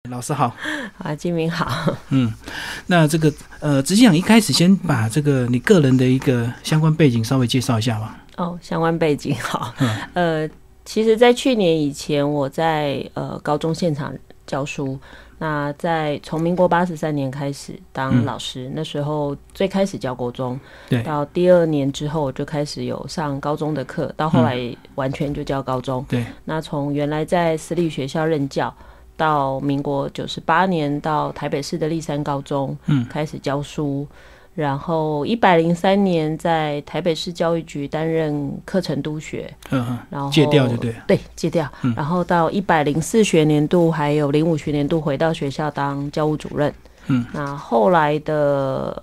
老师好。 啊，金明好。 那这个执行长一开始先把这个你个人的一个相关背景稍微介绍一下吧。 相关背景好。其实在去年以前我在高中现场教书，那从民国83年开始当老师，那时候最开始教国中，对，到第2年之后我就开始有上高中的课，到后来完全就教高中，对。那从原来在私立学校任教，到民国98年到台北市的立山高中开始教书，然后103年在台北市教育局担任课程督学，然后戒掉就对了， 对，戒掉，然后到104学年度还有05学年度回到学校当教务主任，那后来的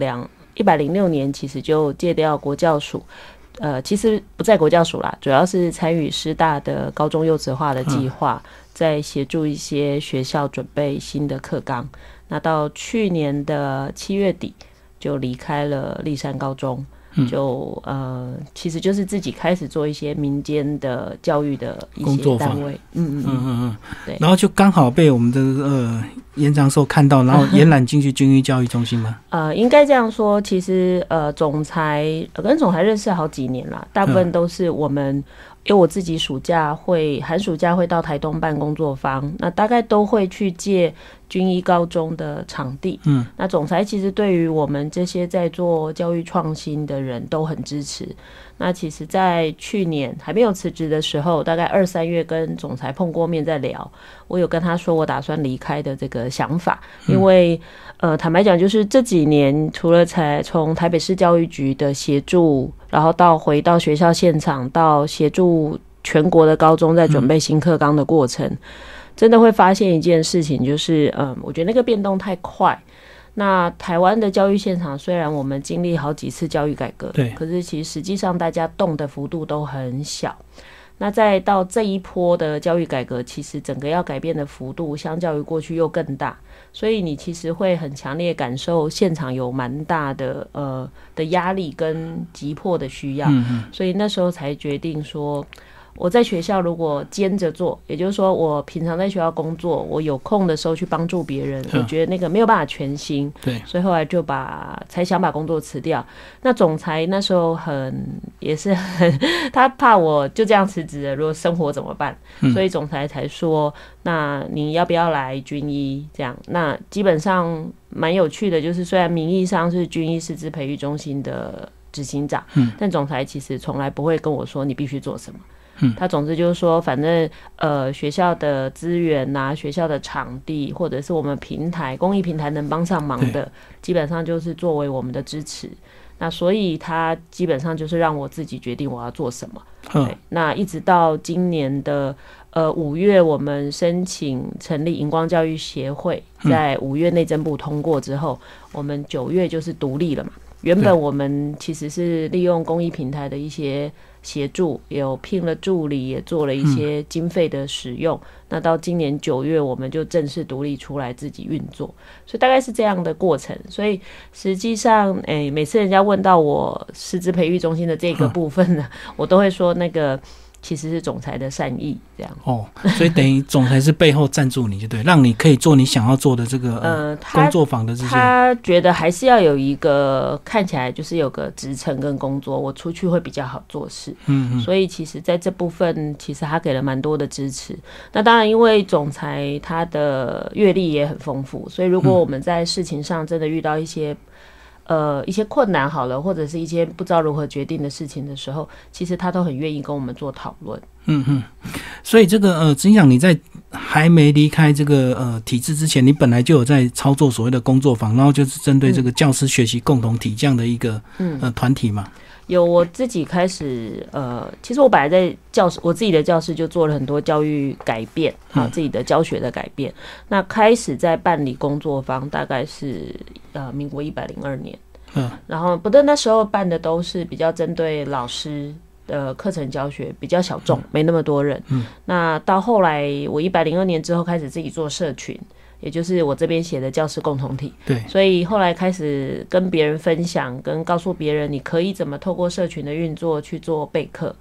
106年其实就戒掉国教署，其实不在国教署啦，主要是参与师大的高中幼稚化的计划，在协助一些学校准备新的课纲。那到去年的7月底就离开了立山高中，其实就是自己开始做一些民间的教育的一些单位，对。 然后就刚好被我们的严长寿看到，然后延揽进去军医教育中心吗？ 应该这样说，其实总裁跟总裁认识好几年啦，大部分都是我们。因为我自己寒暑假会到台东办工作坊，那大概都会去借军医高中的场地。那总裁其实对于我们这些在做教育创新的人都很支持。那其实在去年还没有辞职的时候，大概2、3月跟总裁碰过面在聊，我有跟他说我打算离开的这个想法，因为坦白讲就是这几年除了从台北市教育局的协助，然后回到学校现场，到协助全国的高中在准备新课纲的过程，真的会发现一件事情，就是我觉得那个变动太快。那台湾的教育现场虽然我们经历好几次教育改革，对，可是其实实际上大家动的幅度都很小。那再到这一波的教育改革，其实整个要改变的幅度相较于过去又更大，所以你其实会很强烈感受现场有蛮大的压力跟急迫的需要，所以那时候才决定说，我在学校如果兼着做，也就是说我平常在学校工作，我有空的时候去帮助别人，我觉得那个没有办法全心，对，所以后来才想把工作辞掉。那总裁那时候也是很他怕我就这样辞职了，如果生活怎么办？所以总裁才说，那你要不要来军医？这样，那基本上蛮有趣的，就是虽然名义上是军医师资培育中心的执行长，但总裁其实从来不会跟我说你必须做什么。他总之就是说，反正学校的资源啊，学校的场地，或者是我们公益平台能帮上忙的，基本上就是作为我们的支持。那所以他基本上就是让我自己决定我要做什么。对，那一直到今年的5月，我们申请成立荧光教育协会，在5月内政部通过之后，我们9月就是独立了嘛。原本我们其实是利用公益平台的一些协助，有聘了助理，也做了一些经费的使用，那到今年9月我们就正式独立出来自己运作，所以大概是这样的过程。所以实际上每次人家问到我师资培育中心的这个部分呢，我都会说那个其实是总裁的善意，这样。 所以等于总裁是背后赞助你就对，让你可以做你想要做的这个工作坊的这些。 他觉得还是要有一个看起来就是有个职称跟工作，我出去会比较好做事。所以其实在这部分，其实他给了蛮多的支持。那当然，因为总裁他的阅历也很丰富，所以如果我们在事情上真的遇到一些困难好了，或者是一些不知道如何决定的事情的时候，其实他都很愿意跟我们做讨论。 所以这个执行长，你在还没离开这个体制之前，你本来就有在操作所谓的工作坊，然后就是针对这个教师学习共同体这样的一个团体嘛。 有，我自己开始其实我本来在我自己的教室就做了很多教育改变，自己的教学的改变。那开始在办理工作坊，大概是民国102年，然后不对，那时候办的都是比较针对老师的课程教学，比较小众，没那么多人。那到后来我102年之后开始自己做社群，也就是我这边写的教师共同体。对，所以后来开始跟别人分享，跟告诉别人你可以怎么透过社群的运作去做备课。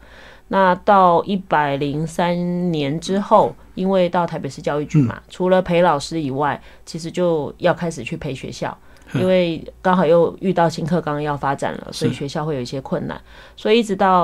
那到103年之后，因为到台北市教育局嘛，除了陪老师以外，其实就要开始去陪学校。因为刚好又遇到新课纲要发展了，所以学校会有一些困难，所以一直到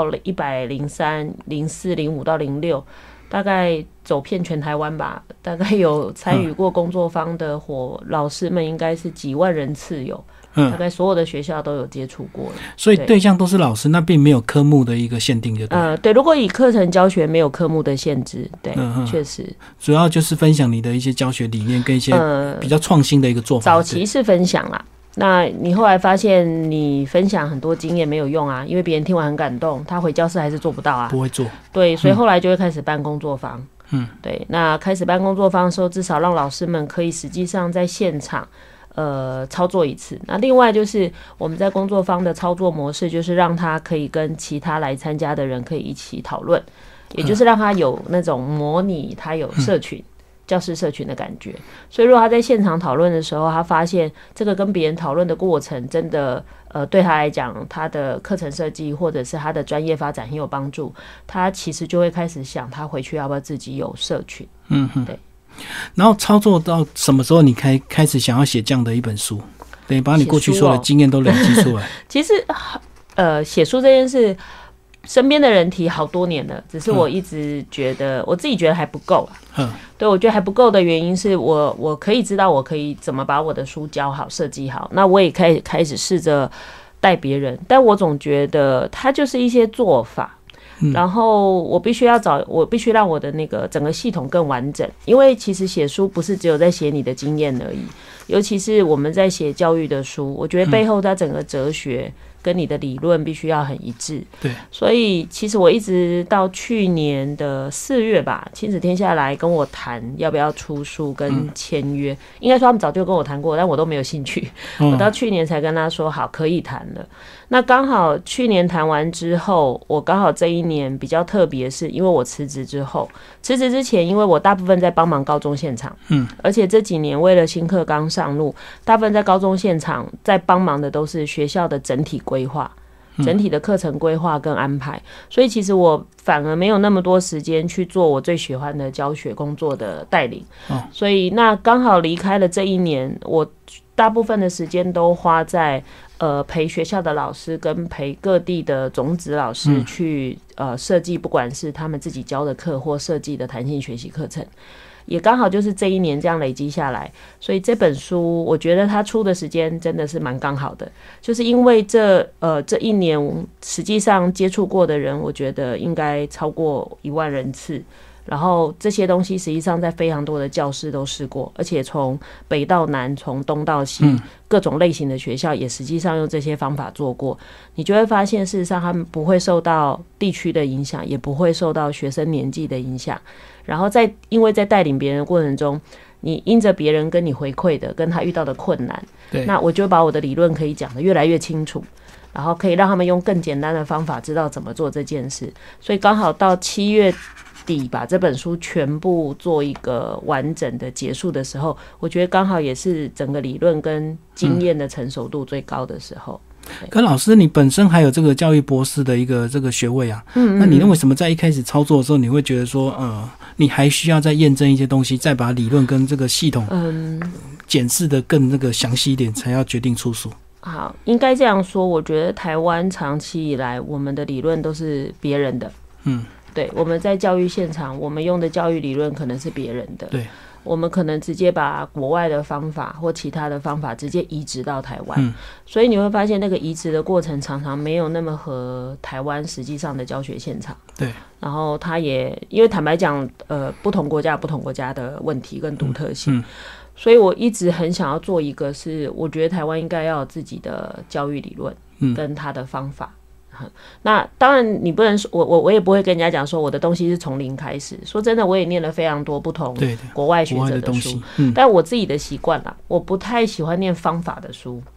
103、04、05到06，大概走遍全台湾吧，大概有参与过工作坊的老师们应该是几万人次有。大概所有的学校都有接触过了， 所以对象都是老师，那并没有科目的一个限定，就对。 对，如果以课程教学没有科目的限制，对，确实， 主要就是分享你的一些教学理念跟一些比较创新的一个做法。 早期是分享啦，那你后来发现你分享很多经验没有用啊，因为别人听完很感动，他回教室还是做不到啊， 不会做。对， 所以后来就会开始办工作坊。对，那开始办工作坊的时候，至少让老师们可以实际上在现场。操作一次。那另外就是我们在工作坊的操作模式，就是让他可以跟其他来参加的人可以一起讨论，也就是让他有那种模拟他有社群、教师社群的感觉。所以如果他在现场讨论的时候，他发现这个跟别人讨论的过程真的对他来讲，他的课程设计或者是他的专业发展很有帮助，他其实就会开始想他回去要不要自己有社群。对。 然后操作到什么时候你开始想要写这样的一本书，等于把你过去所有的经验都累积出来。 其实写书这件事身边的人提好多年了，只是我一直觉得我自己觉得还不够对，我觉得还不够的原因是我可以知道我可以怎么把我的书教好设计好，那我也开始试着带别人，但我总觉得它就是一些做法，然后我必须让我的那个整个系统更完整，因为其实写书不是只有在写你的经验而已，尤其是我们在写教育的书，我觉得背后它整个哲学跟你的理论必须要很一致。 对， 所以其实我一直到去年的4月吧，亲子天下来跟我谈要不要出书跟签约，应该说他们早就跟我谈过，但我都没有兴趣。我到去年才跟他说好可以谈了。那刚好去年谈完之后，我刚好这一年比较特别，是因为我辞职之后，辞职之前，因为我大部分在帮忙高中现场，而且这几年为了新课纲上路，大部分在高中现场在帮忙的都是学校的整体规划。整体的课程规划跟安排，所以其实我反而没有那么多时间去做我最喜欢的教学工作的带领。所以那刚好离开了这一年，我大部分的时间都花在陪学校的老师跟陪各地的种子老师去设计，不管是他们自己教的课或设计的弹性学习课程。也刚好就是这一年这样累积下来，所以这本书我觉得它出的时间真的是蛮刚好的，就是因为这一年实际上接触过的人，我觉得应该超过1万人次，然后这些东西实际上在非常多的教室都试过，而且从北到南，从东到西，各种类型的学校也实际上用这些方法做过，你就会发现事实上他们不会受到地区的影响，也不会受到学生年纪的影响，然后因为在带领别人的过程中，你因着别人跟你回馈的跟他遇到的困难，那我就把我的理论可以讲得越来越清楚，然后可以让他们用更简单的方法知道怎么做这件事。所以刚好到7月底把这本书全部做一个完整的结束的时候，我觉得刚好也是整个理论跟经验的成熟度最高的时候。 可老师，你本身还有这个教育博士的一个这个学位啊，那你为什么在一开始操作的时候，你会觉得说，你还需要再验证一些东西，再把理论跟这个系统检视的更那个详细一点，才要决定出书？ 好，应该这样说，我觉得台湾长期以来，我们的理论都是别人的，对，我们在教育现场，我们用的教育理论可能是别人的， 对。 我们可能直接把国外的方法或其他的方法直接移植到台湾，所以你会发现那个移植的过程常常没有那么合台湾实际上的教学现场。 对， 然后它也因为坦白讲，不同国家有不同国家的问题跟独特性，所以我一直很想要做一个是，我觉得台湾应该要有自己的教育理论跟它的方法。那当然你不能说我也不会跟人家讲说我的东西是从零开始，说真的我也念了非常多不同国外学者的书，但我自己的习惯啦，我不太喜欢念方法的书，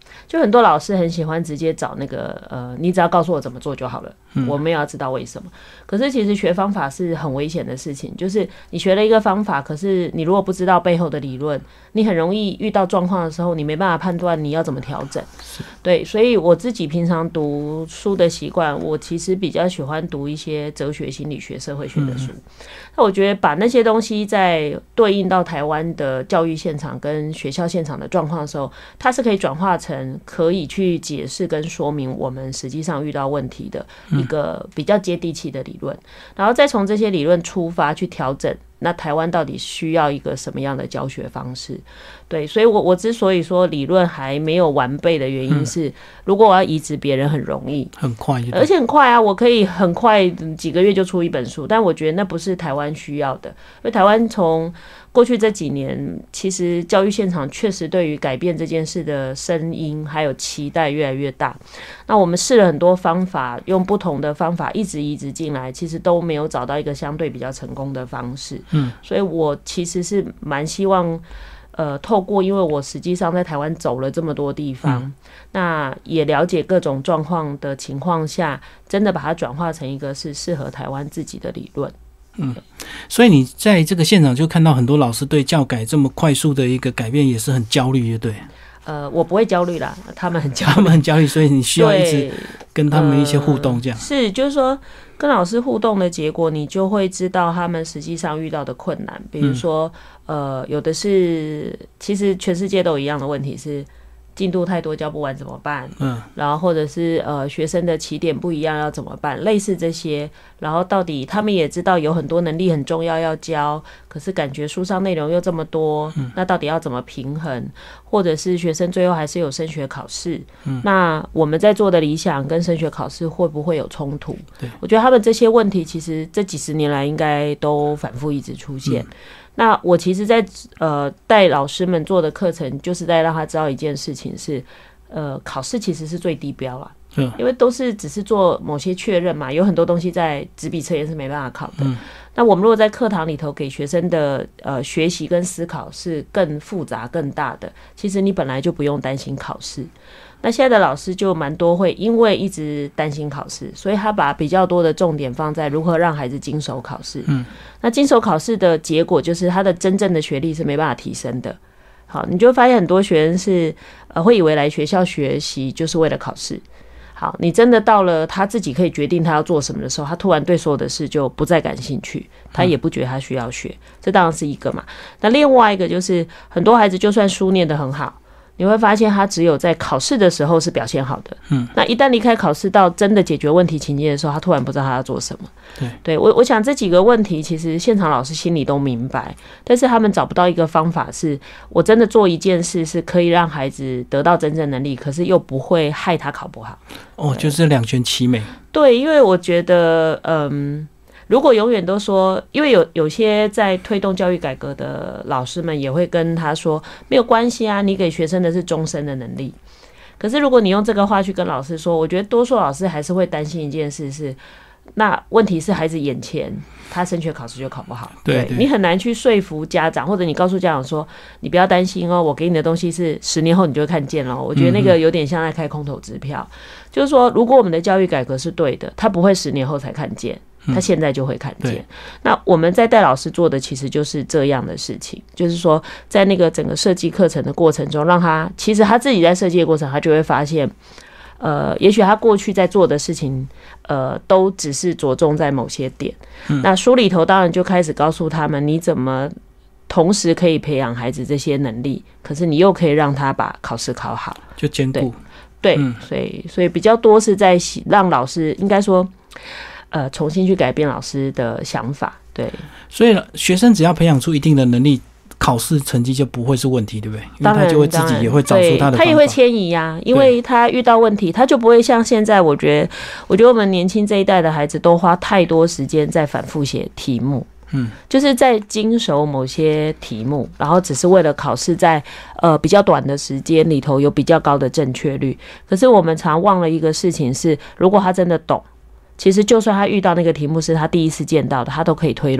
就很多老师很喜欢直接找那个你只要告诉我怎么做就好了，我没有要知道为什么。可是其实学方法是很危险的事情，就是你学了一个方法，可是你如果不知道背后的理论，你很容易遇到状况的时候，你没办法判断你要怎么调整。对，所以我自己平常读书的习惯，我其实比较喜欢读一些哲学、心理学、社会学的书。那我觉得把那些东西在对应到台湾的教育现场跟学校现场的状况的时候，它是可以转化成可以去解释跟说明我们实际上遇到问题的一个比较接地气的理论，然后再从这些理论出发去调整那台湾到底需要一个什么样的教学方式。对，所以我之所以说理论还没有完备的原因是，如果我要移植别人很容易， 很快， 而且很快啊，我可以很快几个月就出一本书，但我觉得那不是台湾需要的。因为台湾从过去这几年，其实教育现场确实对于改变这件事的声音还有期待越来越大。那我们试了很多方法，用不同的方法一直移植进来，其实都没有找到一个相对比较成功的方式。所以我其实是蛮希望透过，因为我实际上在台湾走了这么多地方，那也了解各种状况的情况下，真的把它转化成一个是适合台湾自己的理论。 所以你在这个现场就看到很多老师对教改这么快速的一个改变也是很焦虑，对。 我不会焦虑啦，他们很焦虑， 所以你需要一直跟他们一些互动，这样。 是，就是说跟老师互动的结果，你就会知道他们实际上遇到的困难。比如说，有的是其实全世界都有一样的问题是。进度太多教不完怎么办？然后或者是学生的起点不一样要怎么办？类似这些，然后到底他们也知道有很多能力很重要教，可是感觉书上内容又这么多，那到底要怎么平衡？或者是学生最后还是有升学考试，那我们在做的理想跟升学考试会不会有冲突？我觉得他们这些问题其实这几十年来应该都反复一直出现。那我其实在带老师们做的课程，就是在让他知道一件事情是，考试其实是最低标啦，因为都是只是做某些确认嘛，有很多东西在纸笔测验是没办法考的。那我们如果在课堂里头给学生的学习跟思考是更复杂更大的，其实你本来就不用担心考试。那现在的老师就蛮多会因为一直担心考试，所以他把比较多的重点放在如何让孩子经手考试。那经手考试的结果就是他的真正的学历是没办法提升的。好，你就发现很多学生是会以为来学校学习就是为了考试。好，你真的到了他自己可以决定他要做什么的时候，他突然对所有的事就不再感兴趣，他也不觉得他需要学，这当然是一个嘛。那另外一个就是很多孩子就算书念得很好，你会发现他只有在考试的时候是表现好的，那一旦离开考试到真的解决问题情境的时候，他突然不知道他要做什么。对，我想这几个问题其实现场老师心里都明白，但是他们找不到一个方法是我真的做一件事是可以让孩子得到真正能力，可是又不会害他考不好。 就是两全其美。对， 因为我觉得如果永远都说，因为有些在推动教育改革的老师们也会跟他说没有关系啊，你给学生的是终身的能力。可是如果你用这个话去跟老师说，我觉得多数老师还是会担心一件事是，那问题是孩子眼前他升学考试就考不好，对，你很难去说服家长，或者你告诉家长说你不要担心哦，我给你的东西是10年后你就会看见了。我觉得那个有点像在开空头支票，就是说如果我们的教育改革是对的，他不会10年后才看见，他现在就会看见。那我们在带老师做的其实就是这样的事情，就是说在那个整个设计课程的过程中，让他其实他自己在设计的过程，他就会发现也许他过去在做的事情都只是着重在某些点。那书里头当然就开始告诉他们你怎么同时可以培养孩子这些能力，可是你又可以让他把考试考好， 就兼顾。 对，所以比较多是在让老师应该说重新去改变老师的想法。对， 所以学生只要培养出一定的能力，考试成绩就不会是问题，对不对？因为他就会自己也会找出他的方法，他也会迁移啊，因为他遇到问题，他就不会像现在。我觉得我们年轻这一代的孩子都花太多时间在反复写题目，就是在经熟某些题目，然后只是为了考试在比较短的时间里头有比较高的正确率。可是我们常忘了一个事情是，如果他真的懂，其实就算他遇到那个题目是他第一次见到的，他都可以推论，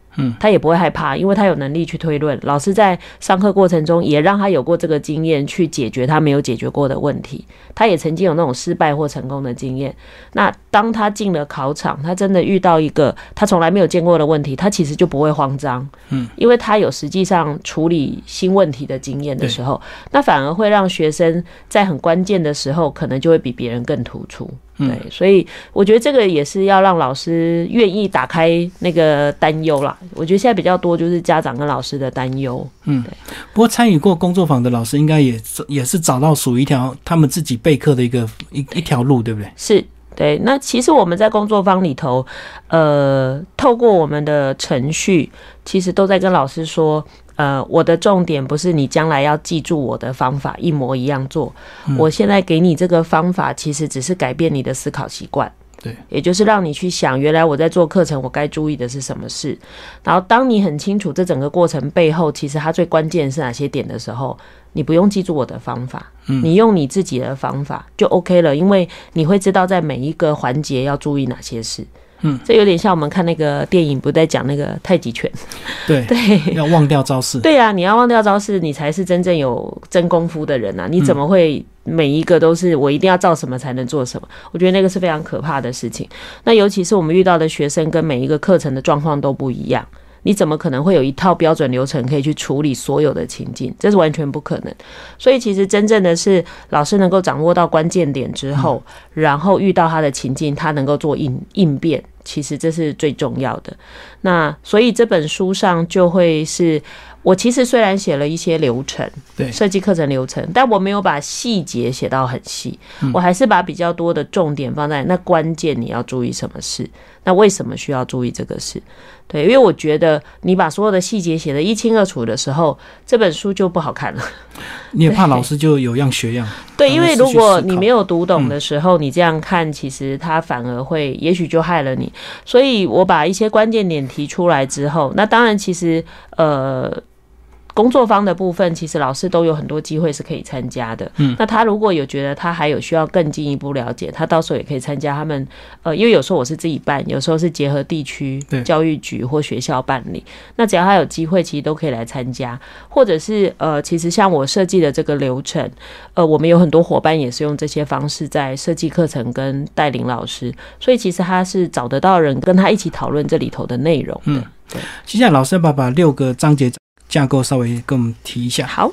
他也不会害怕，因为他有能力去推论。老师在上课过程中也让他有过这个经验，去解决他没有解决过的问题。他也曾经有那种失败或成功的经验。那当他进了考场，他真的遇到一个他从来没有见过的问题，他其实就不会慌张，因为他有实际上处理新问题的经验的时候，那反而会让学生在很关键的时候，可能就会比别人更突出。对，所以我觉得这个也是要让老师愿意打开那个担忧啦。我觉得现在比较多就是家长跟老师的担忧。对。 不过参与过工作坊的老师应该也是找到属于一条他们自己备课的一条路，对不对？ 是。对，那其实我们在工作坊里头，透过我们的程序，其实都在跟老师说，我的重点不是你将来要记住我的方法一模一样做，我现在给你这个方法，其实只是改变你的思考习惯。 对， 也就是让你去想，原来我在做课程，我该注意的是什么事。然后，当你很清楚这整个过程背后，其实它最关键是哪些点的时候，你不用记住我的方法，你用你自己的方法就 OK 了，因为你会知道在每一个环节要注意哪些事。这有点像我们看那个电影，不在讲那个太极拳。 对，要忘掉招式。 对啊，你要忘掉招式，你才是真正有真功夫的人啊！你怎么会每一个都是我一定要照什么才能做什么？我觉得那个是非常可怕的事情。那尤其是我们遇到的学生跟每一个课程的状况都不一样，你怎么可能会有一套标准流程可以去处理所有的情境？这是完全不可能。所以其实真正的是老师能够掌握到关键点之后，然后遇到他的情境，他能够做应变，其实这是最重要的。那所以这本书上就会是我其实虽然写了一些流程，对，设计课程流程，但我没有把细节写到很细，我还是把比较多的重点放在那关键你要注意什么事，那为什么需要注意这个事。对，因为我觉得你把所有的细节写得一清二楚的时候，这本书就不好看了。 你也怕老师就有样学样。 对，因为如果你没有读懂的时候，你这样看，其实它反而会，也许就害了你。所以我把一些关键点提出来之后，那当然其实工作坊的部分，其实老师都有很多机会是可以参加的。那他如果有觉得他还有需要更进一步了解，他到时候也可以参加他们因为有时候我是自己办，有时候是结合地区教育局或学校办理。那只要他有机会，其实都可以来参加。或者是其实像我设计的这个流程，我们有很多伙伴也是用这些方式在设计课程跟带领老师，所以其实他是找得到人跟他一起讨论这里头的内容的。对， 接下来老师要把6个章节架构稍微跟我们提一下。 好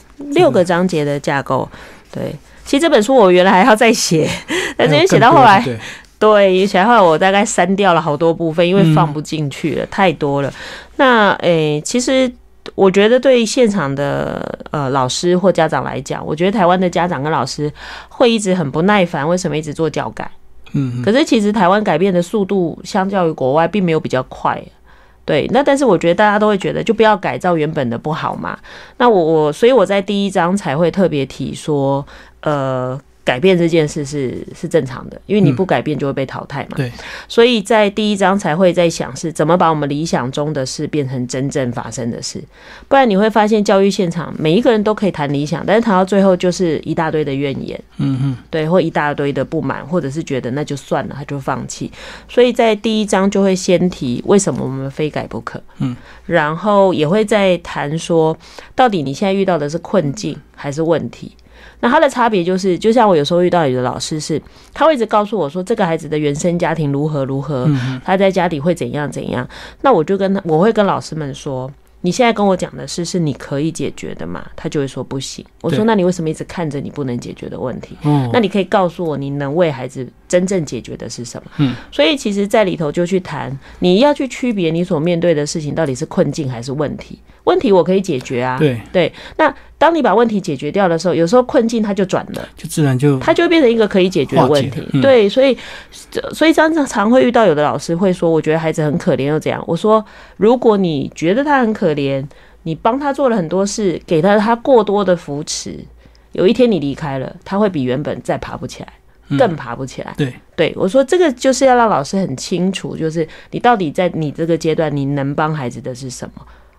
，6个章节的架构。对，其实这本书我原来还要再写，但是因为写到后来，对，写到后来我大概删掉了好多部分，因为放不进去了，太多了。那其实我觉得对现场的老师或家长来讲，我觉得台湾的家长跟老师会一直很不耐烦，为什么一直做教改？可是其实台湾改变的速度相较于国外并没有比较快。对，那但是我觉得大家都会觉得就不要改造原本的不好嘛。那所以我在第1章才会特别提说，改变这件事是正常的，因为你不改变就会被淘汰嘛。对，所以在第1章才会在想是怎么把我们理想中的事变成真正发生的事。不然你会发现教育现场每一个人都可以谈理想，但是谈到最后就是一大堆的怨言，对，或一大堆的不满，或者是觉得那就算了，他就放弃。所以在第1章就会先提为什么我们非改不可，然后也会再谈说到底你现在遇到的是困境还是问题。那他的差别就是，就像我有时候遇到有的老师是，他会一直告诉我说这个孩子的原生家庭如何如何，他在家里会怎样怎样。那我会跟老师们说，你现在跟我讲的是你可以解决的嘛？他就会说不行。我说那你为什么一直看着你不能解决的问题？那你可以告诉我你能为孩子真正解决的是什么？所以其实在里头就去谈，你要去区别你所面对的事情到底是困境还是问题。问题我可以解决啊，对。那当你把问题解决掉的时候，有时候困境它就转了，就自然它就会变成一个可以解决的问题。对，所以常会遇到有的老师会说，我觉得孩子很可怜又怎样？我说，如果你觉得他很可怜，你帮他做了很多事，给他过多的扶持，有一天你离开了，他会比原本再爬不起来。更爬不起来。对，我说这个就是要让老师很清楚，就是你到底在你这个阶段，你能帮孩子的是什么？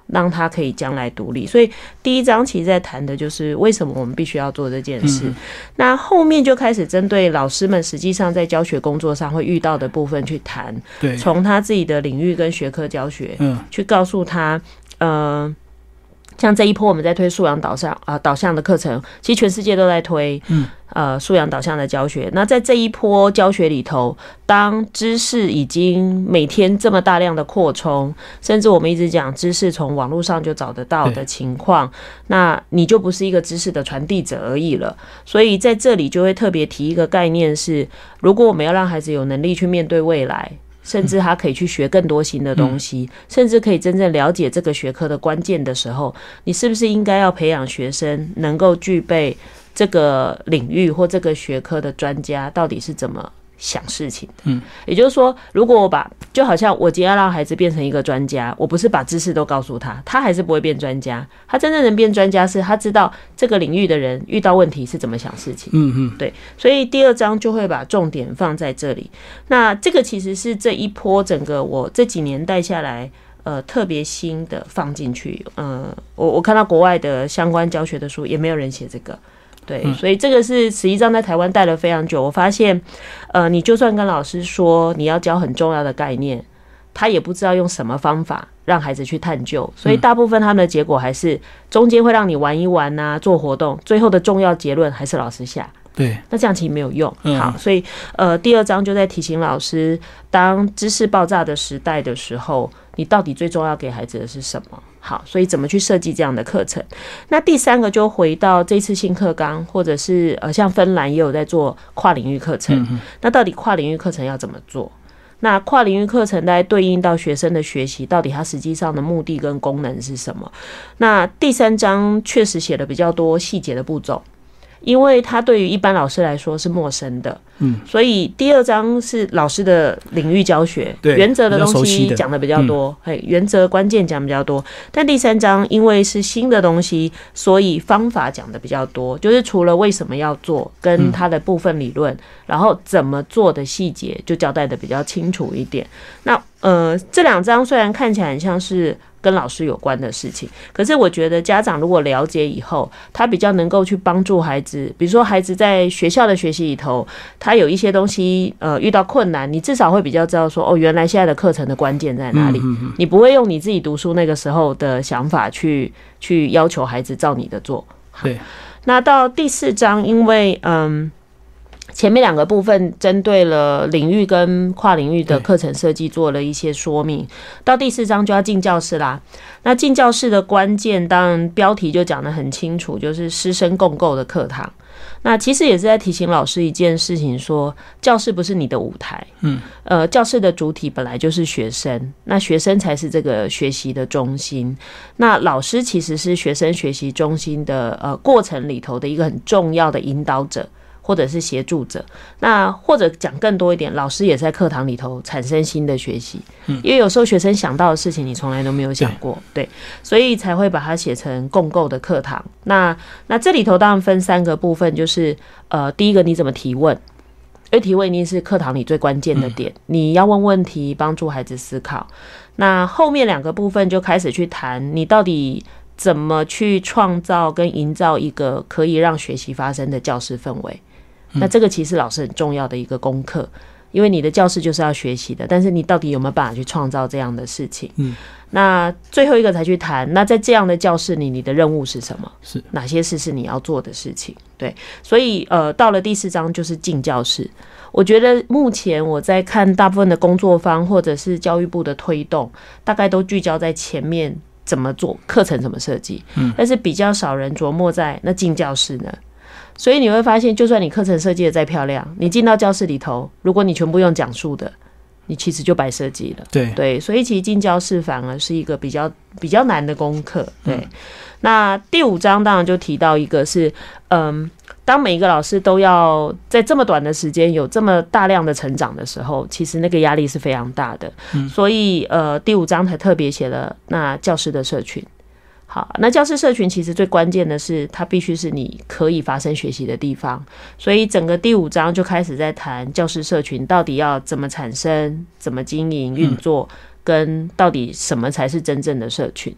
让他可以将来独立。所以第一章其实在谈的就是为什么我们必须要做这件事。那后面就开始针对老师们实际上在教学工作上会遇到的部分去谈，从他自己的领域跟学科教学，去告诉他，像这一波我们在推素养导向的课程，其实全世界都在推素养导向的教学。那在这一波教学里头，当知识已经每天这么大量的扩充，甚至我们一直讲知识从网络上就找得到的情况，那你就不是一个知识的传递者而已了。所以在这里就会特别提一个概念是，如果我们要让孩子有能力去面对未来，甚至他可以去学更多新的东西，甚至可以真正了解这个学科的关键的时候，你是不是应该要培养学生能够具备这个领域或这个学科的专家到底是怎么想事情的？也就是说，如果就好像我今天要让孩子变成一个专家，我不是把知识都告诉他，他还是不会变专家。他真正能变专家是他知道这个领域的人遇到问题是怎么想事情。对，所以第二章就会把重点放在这里。那这个其实是这一波整个我这几年带下来特别新的放进去。我看到国外的相关教学的书也没有人写这个。对，所以这个是实际上在台湾带了非常久。我发现，你就算跟老师说你要教很重要的概念，他也不知道用什么方法让孩子去探究，所以大部分他们的结果还是中间会让你玩一玩啊，做活动，最后的重要结论还是老师下。 对， 那这样其实没有用。好，所以第二章就在提醒老师，当知识爆炸的时代的时候，你到底最重要给孩子的是什么？好，所以怎么去设计这样的课程？那第三个就回到这次新课纲，或者是像芬兰也有在做跨领域课程。那到底跨领域课程要怎么做？那跨领域课程来对应到学生的学习，到底它实际上的目的跟功能是什么？那第三章确实写了比较多细节的步骤，因为它对于一般老师来说是陌生的。所以第二章是老师的领域教学，原则的东西讲的比较多，原则关键讲比较多。但第三章因为是新的东西，所以方法讲的比较多，就是除了为什么要做跟它的部分理论，然后怎么做的细节就交代的比较清楚一点。那这两章虽然看起来很像是跟老师有关的事情，可是我觉得家长如果了解以后，他比较能够去帮助孩子。比如说孩子在学校的学习里头，他有一些东西遇到困难，你至少会比较知道说，原来现在的课程的关键在哪里。你不会用你自己读书那个时候的想法去要求孩子照你的做。对，那到第四章，因为前面两个部分针对了领域跟跨领域的课程设计做了一些说明，到第四章就要进教室啦。那进教室的关键，当然标题就讲得很清楚，就是师生共构的课堂。那其实也是在提醒老师一件事情，说教室不是你的舞台，教室的主体本来就是学生，那学生才是这个学习的中心。那老师其实是学生学习中心的过程里头的一个很重要的引导者，或者是协助者。那或者讲更多一点，老师也在课堂里头产生新的学习，因为有时候学生想到的事情你从来都没有想过，对，所以才会把它写成共构的课堂。那这里头当然分三个部分，就是第一个你怎么提问，因为提问一定是课堂里最关键的点，你要问问题帮助孩子思考。那后面两个部分就开始去谈你到底怎么去创造跟营造一个可以让学习发生的教室氛围。那这个其实老师很重要的一个功课，因为你的教室就是要学习的，但是你到底有没有办法去创造这样的事情？那最后一个才去谈，那在这样的教室里，你的任务是什么？是哪些事是你要做的事情？对，所以到了第四章就是进教室。我觉得目前我在看大部分的工作坊或者是教育部的推动，大概都聚焦在前面怎么做课程怎么设计，但是比较少人琢磨在那进教室呢。所以你会发现，就算你课程设计的再漂亮，你进到教室里头，如果你全部用讲述的，你其实就白设计了。对，所以其实进教室反而是一个比较难的功课。对，那第五章当然就提到一个是，当每一个老师都要在这么短的时间有这么大量的成长的时候，其实那个压力是非常大的。所以第五章才特别写了那教师的社群。好，那教师社群其实最关键的是，它必须是你可以发生学习的地方。所以整个第五章就开始在谈教师社群到底要怎么产生、怎么经营、运作，跟到底什么才是真正的社群。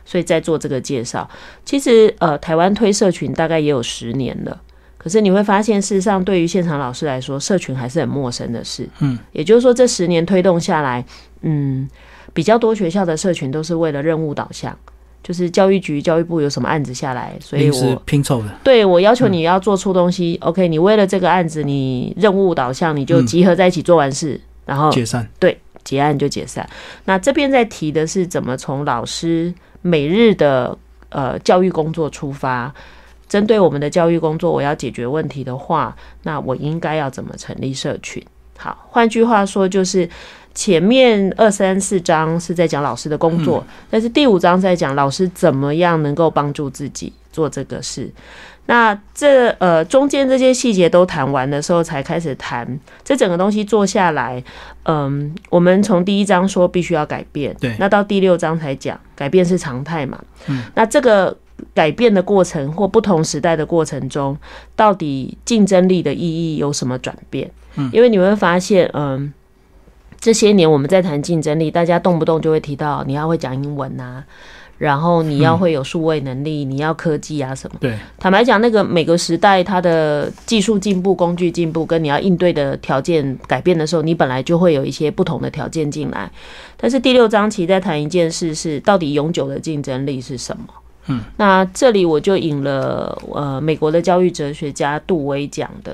所以在做这个介绍。其实台湾推社群大概也有10年了，可是你会发现事实上对于现场老师来说，社群还是很陌生的事。也就是说这10年推动下来，比较多学校的社群都是为了任务导向，就是教育局教育部有什么案子下来，所以我拼凑的， 对，我要求你要做出东西，OK， 你为了这个案子你任务导向，你就集合在一起做完事，然后解散， 对，结案就解散。那这边在提的是怎么从老师每日的教育工作出发，针对我们的教育工作我要解决问题的话，那我应该要怎么成立社群。好，换句话说就是前面2、3、4章是在讲老师的工作，但是第5章在讲老师怎么样能够帮助自己做这个事。那中间这些细节都谈完的时候，才开始谈这整个东西做下来。我们从第1章说必须要改变， 对， 那到第6章才讲改变是常态嘛。那这个改变的过程或不同时代的过程中，到底竞争力的意义有什么转变？因为你会发现，这些年我们在谈竞争力，大家动不动就会提到你要会讲英文啊，然后你要会有数位能力，你要科技啊什么。 对， 坦白讲，那个每个时代它的技术进步、工具进步，跟你要应对的条件改变的时候，你本来就会有一些不同的条件进来。但是第6章其实在谈一件事是，到底永久的竞争力是什么？那这里我就引了美国的教育哲学家杜威讲的，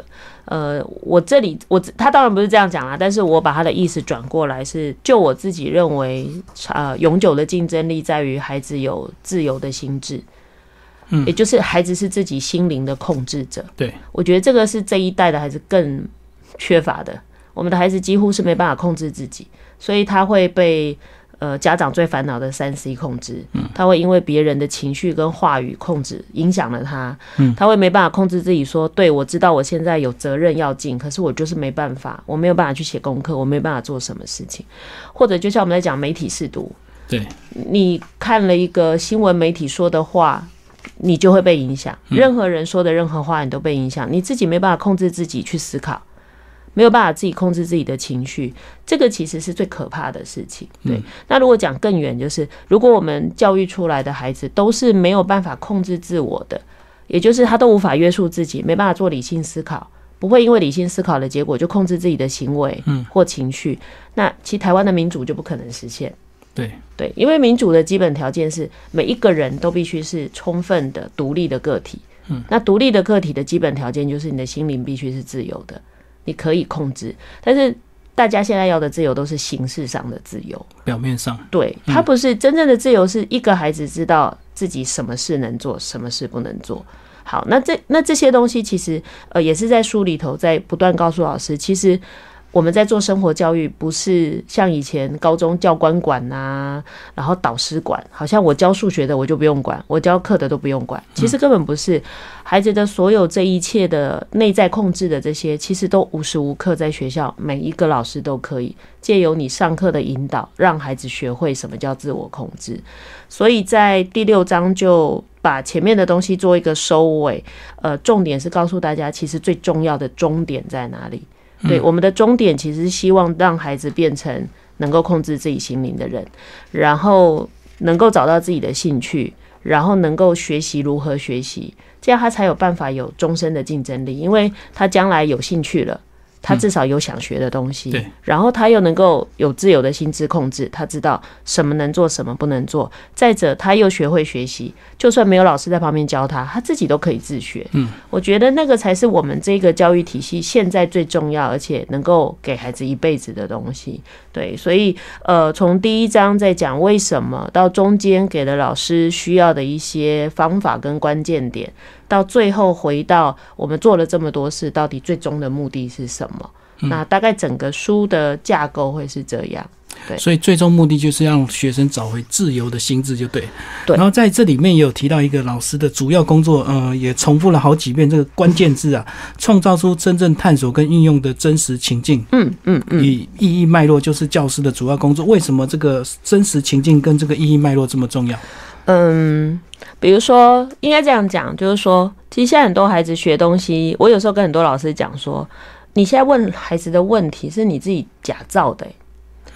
他当然不是这样讲啦，但是我把他的意思转过来是，就我自己认为，永久的竞争力在于孩子有自由的心智，也就是孩子是自己心灵的控制者。 对， 我觉得这个是这一代的孩子更缺乏的，我们的孩子几乎是没办法控制自己，所以他会被家长最烦恼的3C 控制，他会因为别人的情绪跟话语控制影响了他，他会没办法控制自己说，对，我知道我现在有责任要尽，可是我就是没办法，我没有办法去写功课，我没办法做什么事情。或者就像我们在讲媒体识读， 对， 你看了一个新闻媒体说的话，你就会被影响，任何人说的任何话你都被影响，你自己没办法控制自己去思考，没有办法自己控制自己的情绪，这个其实是最可怕的事情。对，那如果讲更远，就是如果我们教育出来的孩子都是没有办法控制自我的，也就是他都无法约束自己，没办法做理性思考，不会因为理性思考的结果就控制自己的行为或情绪，那其实台湾的民主就不可能实现。对，因为民主的基本条件是每一个人都必须是充分的独立的个体。那独立的个体的基本条件就是你的心灵必须是自由的，你可以控制，但是大家现在要的自由都是形式上的自由，表面上。对，它不是真正的自由，是一个孩子知道自己什么事能做，什么事不能做。好，那这些东西其实也是在书里头在不断告诉老师，其实我们在做生活教育，不是像以前高中教官管啊，然后导师管，好像我教数学的我就不用管，我教课的都不用管。其实根本不是，孩子的所有这一切的内在控制的这些，其实都无时无刻在学校每一个老师都可以借由你上课的引导，让孩子学会什么叫自我控制。所以在第6章就把前面的东西做一个收尾，重点是告诉大家，其实最重要的终点在哪里。对，我们的终点其实是希望让孩子变成能够控制自己心灵的人，然后能够找到自己的兴趣，然后能够学习如何学习，这样他才有办法有终身的竞争力，因为他将来有兴趣了，他至少有想学的东西，然后他又能够有自由的心智控制，他知道什么能做什么不能做，再者他又学会学习，就算没有老师在旁边教他，他自己都可以自学。我觉得那个才是我们这个教育体系现在最重要而且能够给孩子一辈子的东西。对，所以从第1章在讲为什么，到中间给了老师需要的一些方法跟关键点，到最后回到我们做了这么多事，到底最终的目的是什么？那大概整个书的架构会是这样。对， 所以最终目的就是让学生找回自由的心智就对。然后在这里面也有提到一个老师的主要工作，也重复了好几遍这个关键字啊，创造出真正探索跟运用的真实情境。以意义脉络就是教师的主要工作。为什么这个真实情境跟这个意义脉络这么重要？ 比如说应该这样讲，就是说其实现在很多孩子学东西，我有时候跟很多老师讲说，你现在问孩子的问题是你自己假造的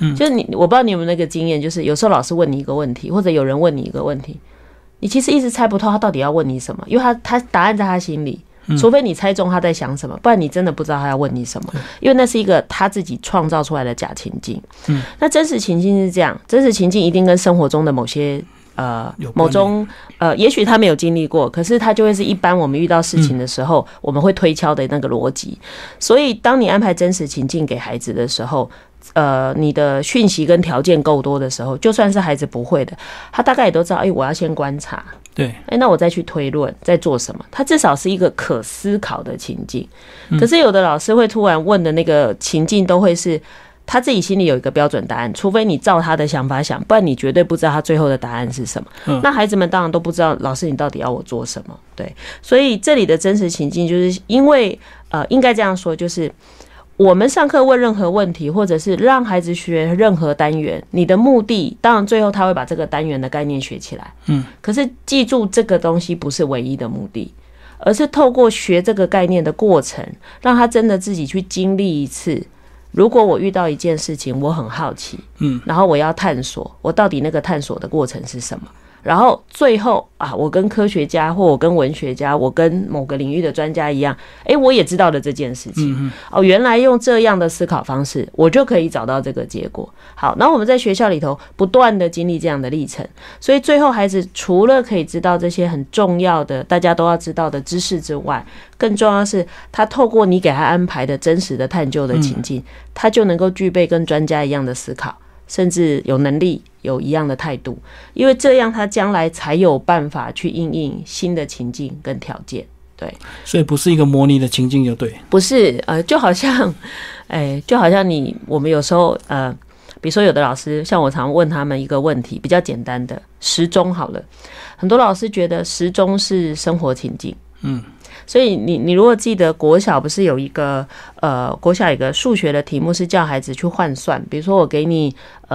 就是我不知道你有没有那个经验，就是有时候老师问你一个问题，或者有人问你一个问题，你其实一直猜不透他到底要问你什么，因为他答案在他心里，除非你猜中他在想什么，不然你真的不知道他要问你什么，因为那是一个他自己创造出来的假情境。那真实情境是这样，真实情境一定跟生活中的某些某种也许他没有经历过，可是他就会是一般我们遇到事情的时候，我们会推敲的那个逻辑。所以当你安排真实情境给孩子的时候，你的讯息跟条件够多的时候，就算是孩子不会的，他大概也都知道，我要先观察， 对， 那我再去推论，再做什么，他至少是一个可思考的情境。可是有的老师会突然问的那个情境，都会是他自己心里有一个标准答案，除非你照他的想法想，不然你绝对不知道他最后的答案是什么。那孩子们当然都不知道老师你到底要我做什么。对，所以这里的真实情境就是因为应该这样说，就是我们上课问任何问题，或者是让孩子学任何单元，你的目的当然最后他会把这个单元的概念学起来，可是记住这个东西不是唯一的目的，而是透过学这个概念的过程，让他真的自己去经历一次。如果我遇到一件事情，我很好奇，然后我要探索，我到底那个探索的过程是什么？然后最后我跟科学家，或我跟文学家，我跟某个领域的专家一样，我也知道了这件事情。原来用这样的思考方式，我就可以找到这个结果。好，然后我们在学校里头不断的经历这样的历程，所以最后孩子除了可以知道这些很重要的大家都要知道的知识之外，更重要的是他透过你给他安排的真实的探究的情境，他就能够具备跟专家一样的思考，甚至有能力有一样的态度，因为这样他将来才有办法去因应新的情境跟条件。对， 所以不是一个模拟的情境就对， 不是就好像我们有时候比如说有的老师，像我常问他们一个问题，比较简单的时钟好了，很多老师觉得时钟是生活情境，所以你如果记得国小不是有一个数学的题目是叫孩子去换算，比如说我给你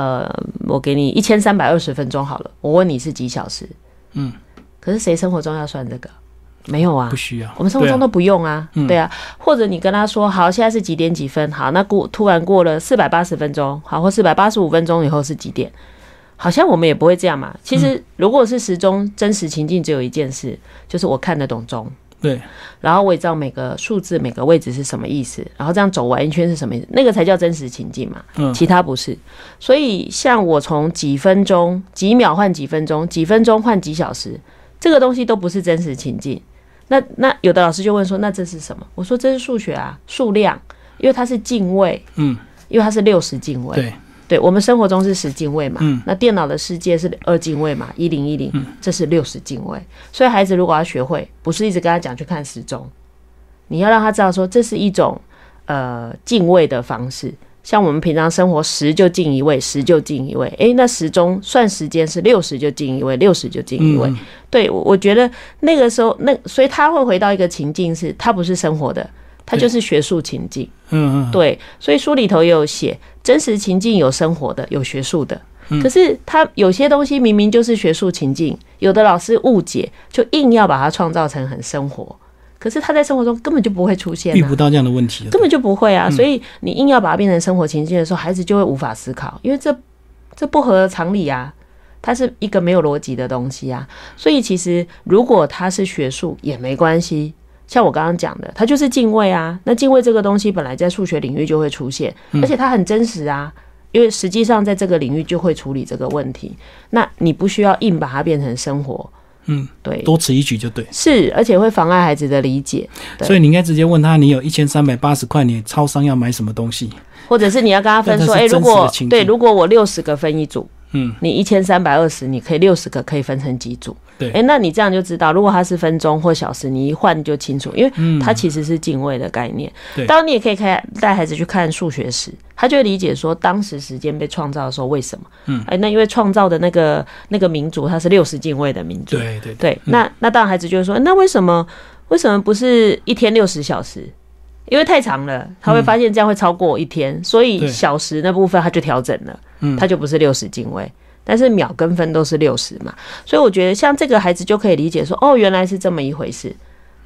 1320分钟好了，我问你是几小时，可是谁生活中要算这个？没有啊， 不需要， 我们生活中都不用啊，对啊，或者你跟他说好，现在是几点几分，好，那突然过了480分钟，好，或485分钟以后是几点？好像我们也不会这样嘛。其实如果是时钟，真实情境只有一件事，就是我看得懂钟， 对， 然后我也知道每个数字每个位置是什么意思，然后这样走完一圈是什么意思，那个才叫真实情境嘛，其他不是。所以像我从几分钟几秒换几分钟，几分钟换几小时，这个东西都不是真实情境。那有的老师就问说，那这是什么？我说这是数学啊，数量，因为它是进位，因为它是60进位，对，我们生活中是10进位嘛，那电脑的世界是2进位嘛，1010，这是60进位。所以孩子如果要学会，不是一直跟他讲去看时钟，你要让他知道说这是一种进位的方式。像我们平常生活10就进一位，10就进一位，那时钟算时间是60就进一位，60就进一位。对，我觉得那个时候所以他会回到一个情境，是他不是生活的，他就是学术情境。对，所以书里头也有写，真实情境有生活的，有学术的。可是他有些东西明明就是学术情境，有的老师误解，就硬要把它创造成很生活。可是他在生活中根本就不会出现， 遇不到这样的问题， 根本就不会啊。所以你硬要把它变成生活情境的时候，孩子就会无法思考，因为这不合常理啊，它是一个没有逻辑的东西啊。所以其实如果它是学术也没关系，像我刚刚讲的，它就是进位啊。那进位这个东西本来在数学领域就会出现，而且它很真实啊，因为实际上在这个领域就会处理这个问题。那你不需要硬把它变成生活。对， 多此一举就对， 是，而且会妨碍孩子的理解。 所以你应该直接问他，你有1380块，你超商要买什么东西？ 或者是你要跟他分说，如果我60个分一组，你1320，你可以60个可以分成几组？对，那你这样就知道，如果它是分钟或小时，你一换就清楚，因为它其实是进位的概念。当然，你也可以带孩子去看数学史，他就会理解说，当时时间被创造的时候为什么？那因为创造的那个民族，它是60进位的民族。对，那当然孩子就会说，那为什么不是一天60小时？因为太长了，他会发现这样会超过一天，所以小时那部分他就调整了，他就不是60进位。但是秒跟分都是60嘛，所以我觉得像这个孩子就可以理解说，原来是这么一回事。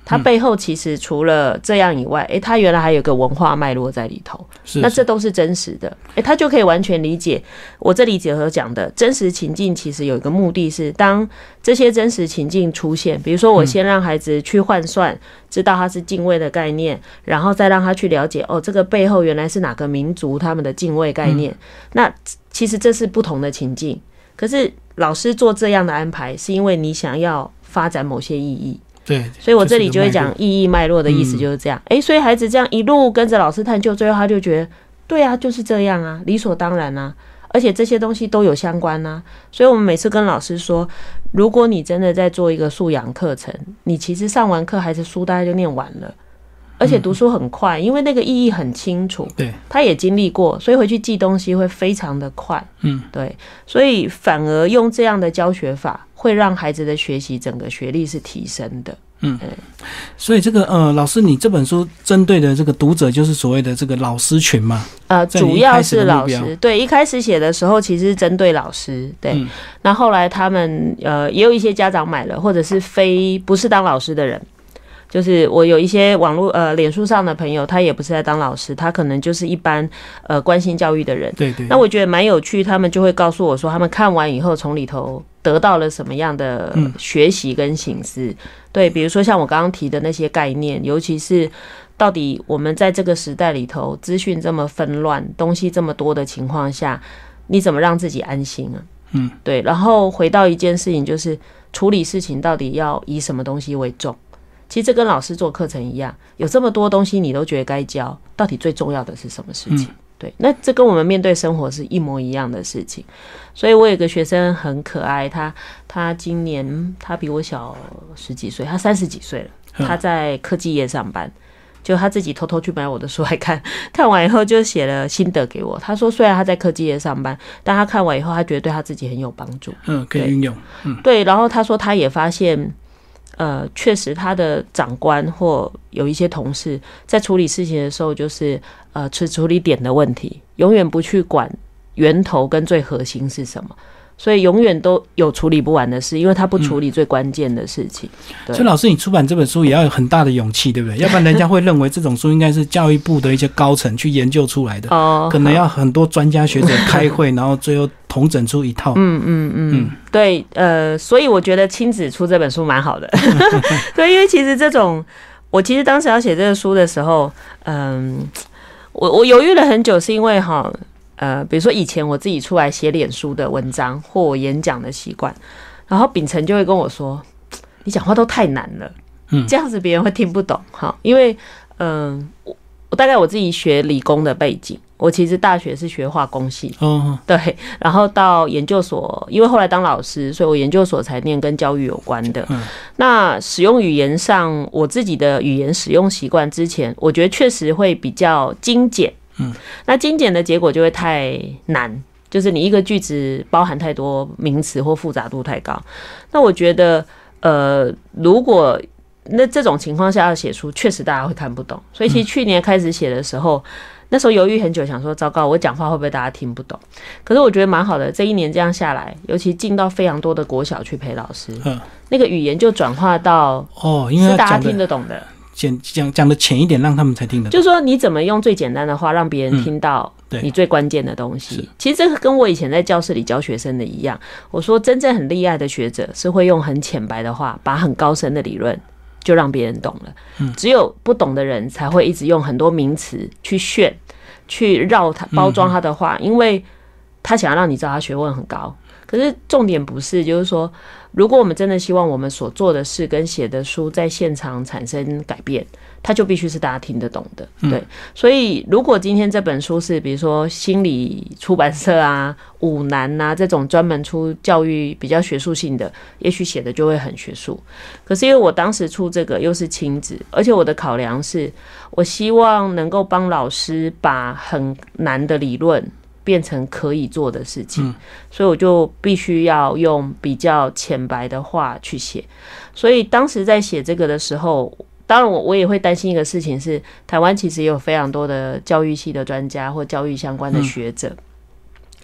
它背后其实除了这样以外，它原来还有个文化脉络在里头，那这都是真实的，他就可以完全理解我这里结合讲的真实情境。其实有一个目的是，当这些真实情境出现，比如说我先让孩子去换算，知道它是敬畏的概念，然后再让他去了解这个背后原来是哪个民族他们的敬畏概念，那其实这是不同的情境。可是老师做这样的安排，是因为你想要发展某些意义。 对， 所以我这里就会讲意义脉络的意思就是这样。所以孩子这样一路跟着老师探究，最后他就觉得，对啊，就是这样啊，理所当然啊，而且这些东西都有相关啊。所以我们每次跟老师说，如果你真的在做一个素养课程，你其实上完课孩子书大概就念完了，而且读书很快，因为那个意义很清楚，对，他也经历过，所以回去记东西会非常的快。对，所以反而用这样的教学法，会让孩子的学习整个学历是提升的。 所以这个老师，你这本书针对的这个读者就是所谓的这个老师群嘛？ 主要是老师。对，一开始写的时候其实是针对老师，对。那后来他们也有一些家长买了，或者是不是当老师的人。就是我有一些网络脸书上的朋友，他也不是在当老师，他可能就是一般关心教育的人。对。那我觉得蛮有趣，他们就会告诉我说，他们看完以后从里头得到了什么样的学习跟省思。对，比如说像我刚刚提的那些概念，尤其是到底我们在这个时代里头，资讯这么纷乱，东西这么多的情况下，你怎么让自己安心啊？对。然后回到一件事情，就是处理事情到底要以什么东西为重。其实这跟老师做课程一样，有这么多东西你都觉得该教，到底最重要的是什么事情？对，那这跟我们面对生活是一模一样的事情。所以我有个学生很可爱，他今年他比我小10几岁，他30几岁了，他在科技业上班，就他自己偷偷去买我的书来看，看完以后就写了心得给我。他说虽然他在科技业上班，但他看完以后他觉得对他自己很有帮助， 可以运用。 对，然后他说他也发现确实他的长官或有一些同事在处理事情的时候，就是处理点的问题，永远不去管源头跟最核心是什么，所以永远都有处理不完的事，因为他不处理最关键的事情。 所以老师，你出版这本书也要有很大的勇气，对不对？要不然人家会认为这种书应该是教育部的一些高层去研究出来的，可能要很多专家学者开会，然后最后统整出一套。 对，所以我觉得亲子出这本书蛮好的。对，因为其实这种，我其实当时要写这个书的时候，我犹豫了很久，是因为比如说以前我自己出来写脸书的文章或我演讲的习惯，然后秉承就会跟我说，你讲话都太难了，这样子别人会听不懂。因为我大概我自己学理工的背景，我其实大学是学化工系，对，然后到研究所，因为后来当老师，所以我研究所才念跟教育有关的。那使用语言上，我自己的语言使用习惯之前，我觉得确实会比较精简。那精简的结果就会太难，就是你一个句子包含太多名词或复杂度太高。那我觉得，如果那这种情况下要写书，确实大家会看不懂。所以其实去年开始写的时候，那时候犹豫很久，想说糟糕，我讲话会不会大家听不懂？可是我觉得蛮好的，这一年这样下来，尤其进到非常多的国小去陪老师，那个语言就转化到是大家听得懂的。 讲的浅一点，让他们才听得懂。 就是说你怎么用最简单的话让别人听到你最关键的东西。其实这个跟我以前在教室里教学生的一样，我说真正很厉害的学者是会用很浅白的话把很高深的理论就让别人懂了。只有不懂的人才会一直用很多名词去炫，去绕他包装他的话，因为他想要让你知道他学问很高。可是重点不是，就是说如果我们真的希望我们所做的事跟写的书在现场产生改变，它就必须是大家听得懂的。对，所以如果今天这本书是比如说心理出版社啊、五南啊这种专门出教育比较学术性的，也许写的就会很学术。可是因为我当时出这个又是亲子，而且我的考量是我希望能够帮老师把很难的理论变成可以做的事情，所以我就必须要用比较浅白的话去写。所以当时在写这个的时候，当然我也会担心一个事情是，台湾其实也有非常多的教育系的专家或教育相关的学者。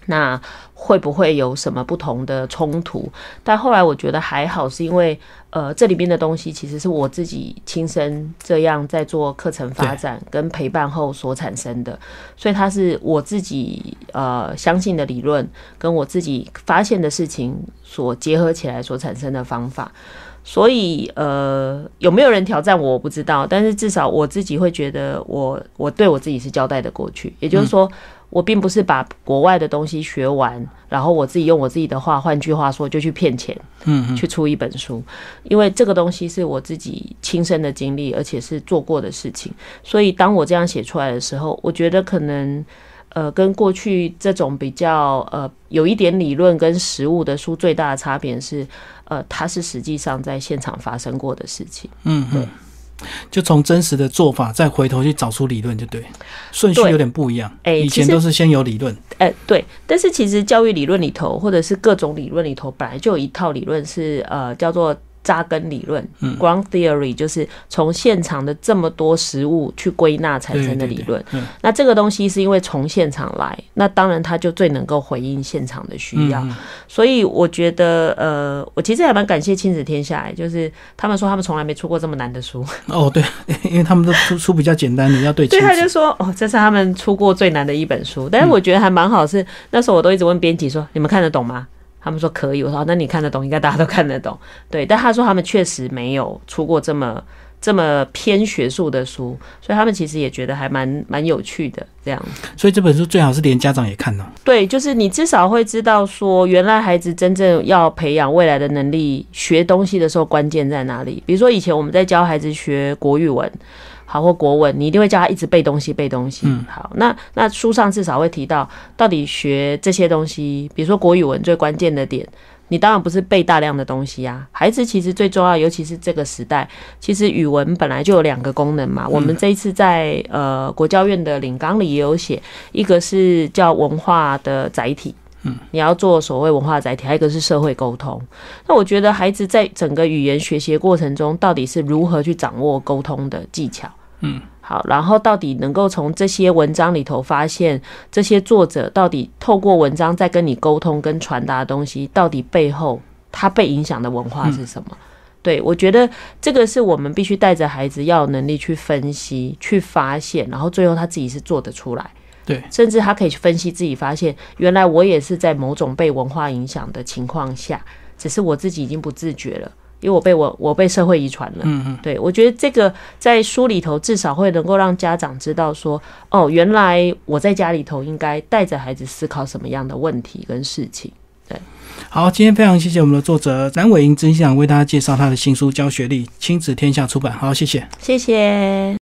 那会不会有什么不同的冲突？但后来我觉得还好，是因为这里面的东西其实是我自己亲身这样在做课程发展跟陪伴后所产生的，所以它是我自己相信的理论跟我自己发现的事情所结合起来所产生的方法。所以有没有人挑战我不知道，但是至少我自己会觉得我对我自己是交代的过去，也就是说我并不是把国外的东西学完，然后我自己用我自己的话，换句话说就去骗钱，去出一本书，因为这个东西是我自己亲身的经历，而且是做过的事情，所以当我这样写出来的时候，我觉得可能跟过去这种比较有一点理论跟实务的书最大的差别是，它是实际上在现场发生过的事情。对。 就从真实的做法再回头去找出理论，就对，顺序有点不一样。以前都是先有理论， 对。但是其实教育理论里头，或者是各种理论里头，本来就有一套理论是叫做扎根理论，ground theory 就是从现场的这么多实物去归纳产生的理论。那这个东西是因为从现场来，那当然它就最能够回应现场的需要。所以我觉得我其实还蛮感谢亲子天下，就是他们说他们从来没出过这么难的书。对， 因为他们都出比较简单的，要对亲子。 对，他就说这是他们出过最难的一本书。但是我觉得还蛮好，是那时候我都一直问编辑说，你们看得懂吗？他们说可以，我说那你看得懂，应该大家都看得懂。对，但他说他们确实没有出过这么偏学术的书，所以他们其实也觉得还蛮有趣的这样。 所以这本书最好是连家长也看到。 对，就是你至少会知道说，原来孩子真正要培养未来的能力，学东西的时候关键在哪里。比如说以前我们在教孩子学国语文。好，或国文，你一定会叫他一直背东西。好，那书上至少会提到，到底学这些东西，比如说国语文最关键的点，你当然不是背大量的东西啊。孩子其实最重要，尤其是这个时代，其实语文本来就有2个功能嘛。我们这一次在国教院的领纲里也有写，一个是叫文化的载体。你要做所谓文化载体，还有一个是社会沟通。那我觉得孩子在整个语言学习的过程中，到底是如何去掌握沟通的技巧？好，然后到底能够从这些文章里头发现，这些作者到底透过文章在跟你沟通跟传达的东西，到底背后他被影响的文化是什么？对，我觉得这个是我们必须带着孩子要有能力去分析、去发现，然后最后他自己是做得出来。 对， 甚至他可以去分析自己，发现原来我也是在某种被文化影响的情况下，只是我自己已经不自觉了，因为我被社会遗传了。对，我觉得这个在书里头至少会能够让家长知道说，原来我在家里头应该带着孩子思考什么样的问题跟事情。对， 好，今天非常谢谢我们的作者蓝伟莹执行长为大家介绍他的新书《教学力》，亲子天下出版。好，谢谢， 谢谢。